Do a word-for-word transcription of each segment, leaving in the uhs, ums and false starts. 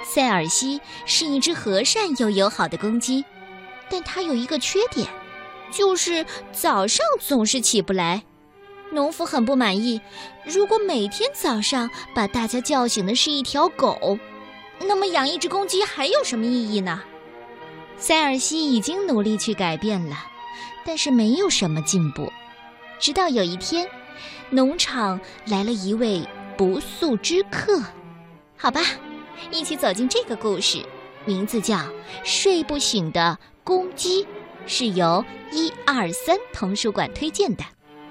塞尔西是一只和善又友好的公鸡，但它有一个缺点，就是早上总是起不来。农夫很不满意，如果每天早上把大家叫醒的是一条狗，那么养一只公鸡还有什么意义呢？塞尔西已经努力去改变了，但是没有什么进步。直到有一天，农场来了一位不速之客。好吧，一起走进这个故事，名字叫《睡不醒的公鸡》，是由一二三童书馆推荐的。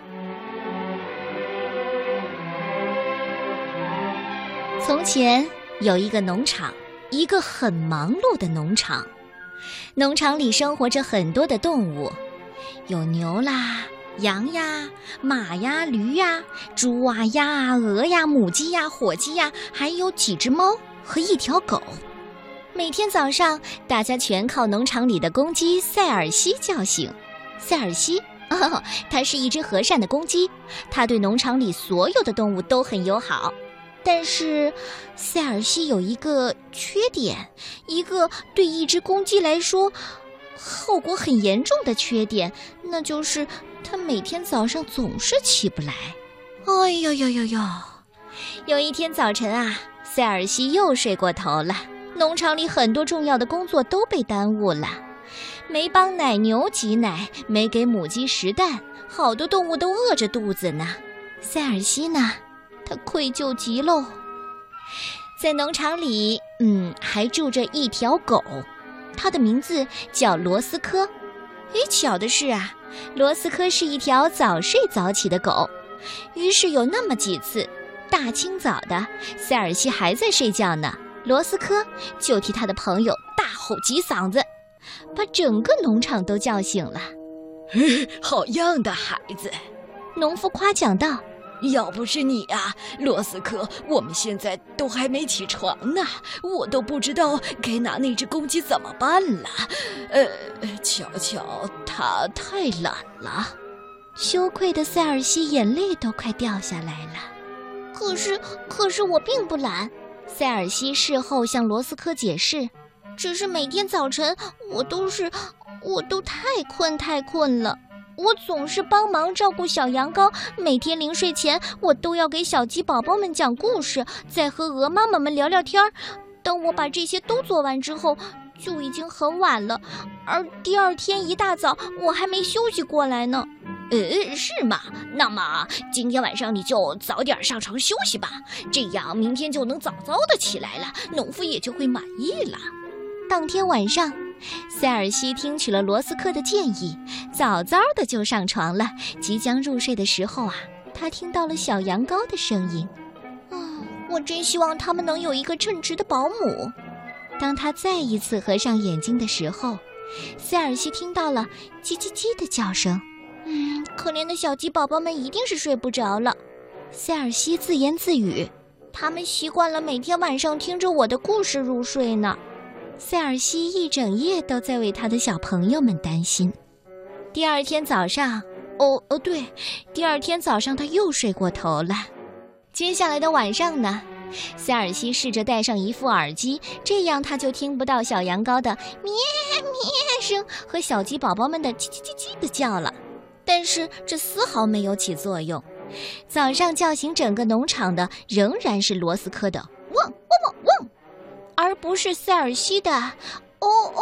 从前有一个农场，一个很忙碌的农场。农场里生活着很多的动物，有牛啦、羊呀、马呀、驴呀、猪啊、鸭啊、鹅呀、母鸡呀、火鸡呀，还有几只猫和一条狗。每天早上，大家全靠农场里的公鸡塞尔西叫醒。塞尔西，哦，它是一只和善的公鸡，它对农场里所有的动物都很友好。但是塞尔西有一个缺点，一个对一只公鸡来说后果很严重的缺点，那就是它每天早上总是起不来。哎呦呦呦呦！有一天早晨啊，塞尔西又睡过头了，农场里很多重要的工作都被耽误了，没帮奶牛挤奶，没给母鸡食蛋，好多动物都饿着肚子呢。塞尔西呢，他愧疚极喽。在农场里，嗯，还住着一条狗，它的名字叫罗斯科。诶，巧的是啊，罗斯科是一条早睡早起的狗。于是有那么几次，大清早的，塞尔西还在睡觉呢，罗斯科就替他的朋友大吼几嗓子，把整个农场都叫醒了。 好样的，孩子！ 农夫夸奖道。 要不是你啊，罗斯科，我们现在都还没起床呢，我都不知道该拿那只公鸡怎么办了。呃，瞧瞧，它太懒了。 羞愧的塞尔西眼泪都快掉下来了。可是，可是我并不懒。塞尔西事后向罗斯科解释，只是每天早晨我都是，我都太困太困了。我总是帮忙照顾小羊羔，每天临睡前我都要给小鸡宝宝们讲故事，再和鹅妈妈们聊聊天。当我把这些都做完之后，就已经很晚了，而第二天一大早我还没休息过来呢。 呃，是吗？那么今天晚上你就早点上床休息吧，这样明天就能早早的起来了，农夫也就会满意了。 当天晚上，塞尔西听取了罗斯科的建议，早早的就上床了。即将入睡的时候啊，他听到了小羊羔的声音。嗯，我真希望他们能有一个称职的保姆。当他再一次合上眼睛的时候，塞尔西听到了叽叽叽的叫声。嗯，可怜的小鸡宝宝们一定是睡不着了。塞尔西自言自语，他们习惯了每天晚上听着我的故事入睡呢。塞尔西一整夜都在为他的小朋友们担心。第二天早上，哦哦对，第二天早上他又睡过头了。接下来的晚上呢，塞尔西试着戴上一副耳机，这样他就听不到小羊羔的咩咩声和小鸡宝宝们的叽叽叽叽的叫了。但是这丝毫没有起作用。早上叫醒整个农场的仍然是罗斯科的汪汪汪汪，而不是塞尔西的哦哦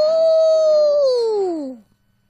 哦。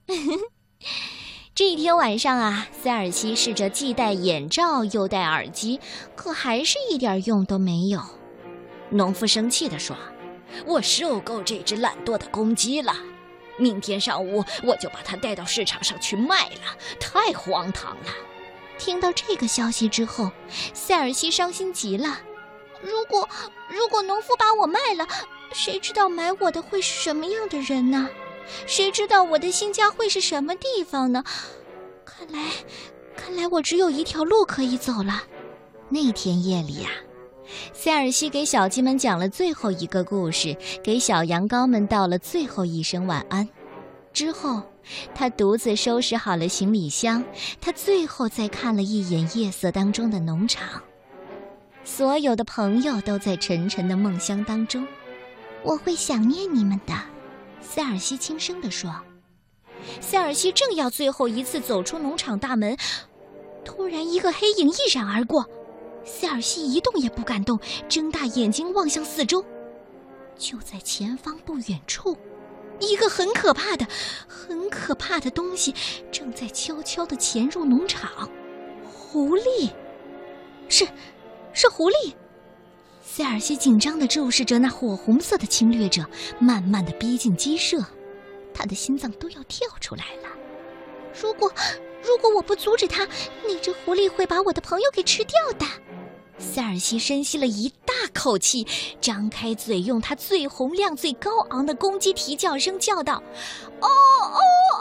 这一天晚上啊，塞尔西试着既戴眼罩又戴耳机，可还是一点用都没有。 农夫生气地说，我受够这只懒惰的公鸡了，明天上午我就把它带到市场上去卖了，太荒唐了。 听到这个消息之后，塞尔西伤心极了。如果如果农夫把我卖了，谁知道买我的会是什么样的人呢？谁知道我的新家会是什么地方呢？看来看来我只有一条路可以走了。那天夜里呀、啊，塞尔西给小鸡们讲了最后一个故事，给小羊羔们道了最后一声晚安。之后他独自收拾好了行李箱，他最后再看了一眼夜色当中的农场，所有的朋友都在沉沉的梦乡当中， 我会想念你们的。塞尔西轻声地说。塞尔西正要最后一次走出农场大门，突然一个黑影一闪而过，塞尔西一动也不敢动，睁大眼睛望向四周。就在前方不远处，一个很可怕的很可怕的东西正在悄悄地潜入农场。狐狸，是是狐狸。塞尔西紧张地注视着那火红色的侵略者慢慢地逼近鸡舍，他的心脏都要跳出来了。如果如果我不阻止他，那只狐狸会把我的朋友给吃掉的。塞尔西深吸了一大口气，张开嘴，用他最洪亮最高昂的公鸡啼叫声叫道：哦哦哦！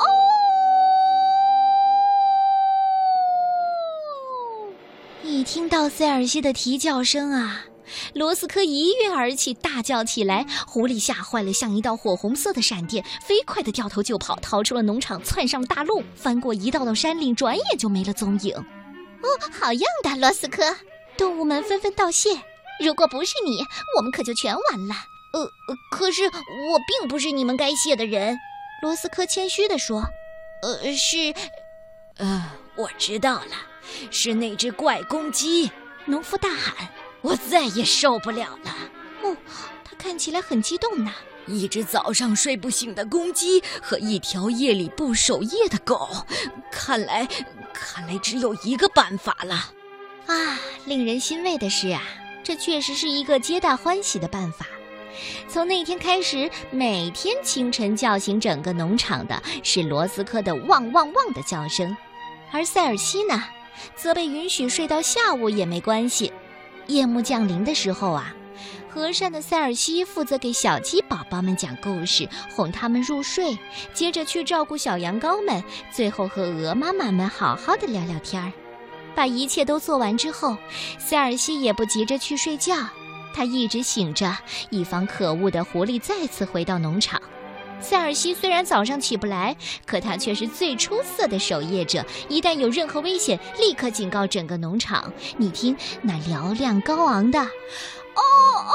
一听到塞尔西的啼叫声啊，罗斯科一跃而起，大叫起来。狐狸吓坏了，像一道火红色的闪电，飞快地掉头就跑，逃出了农场，窜上了大路，翻过一道道山岭，转眼就没了踪影。哦，好样的，罗斯科！动物们纷纷道谢。如果不是你，我们可就全完了。呃，可是我并不是你们该谢的人，罗斯科谦虚地说。呃，是， 呃，我知道了，是那只怪公鸡。 农夫大喊。 我再也受不了了。 哦，他看起来很激动呢。 一只早上睡不醒的公鸡和一条夜里不守夜的狗，看来，看来只有一个办法了。 啊，令人欣慰的是啊，这确实是一个皆大欢喜的办法。从那天开始，每天清晨叫醒整个农场的是罗斯科的汪汪汪的叫声，而塞尔西呢，则被允许睡到下午也没关系。夜幕降临的时候啊，和善的塞尔西负责给小鸡宝宝们讲故事，哄他们入睡，接着去照顾小羊羔们，最后和鹅妈妈们好好的聊聊天儿。把一切都做完之后，塞尔西也不急着去睡觉，他一直醒着，以防可恶的狐狸再次回到农场。塞尔西虽然早上起不来，可他却是最出色的守夜者，一旦有任何危险，立刻警告整个农场。你听那嘹亮高昂的哦哦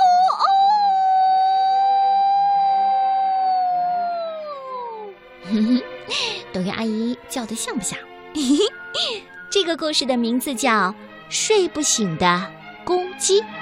哦，哼哼，董月阿姨叫得像不像？这个故事的名字叫《睡不醒的公鸡》。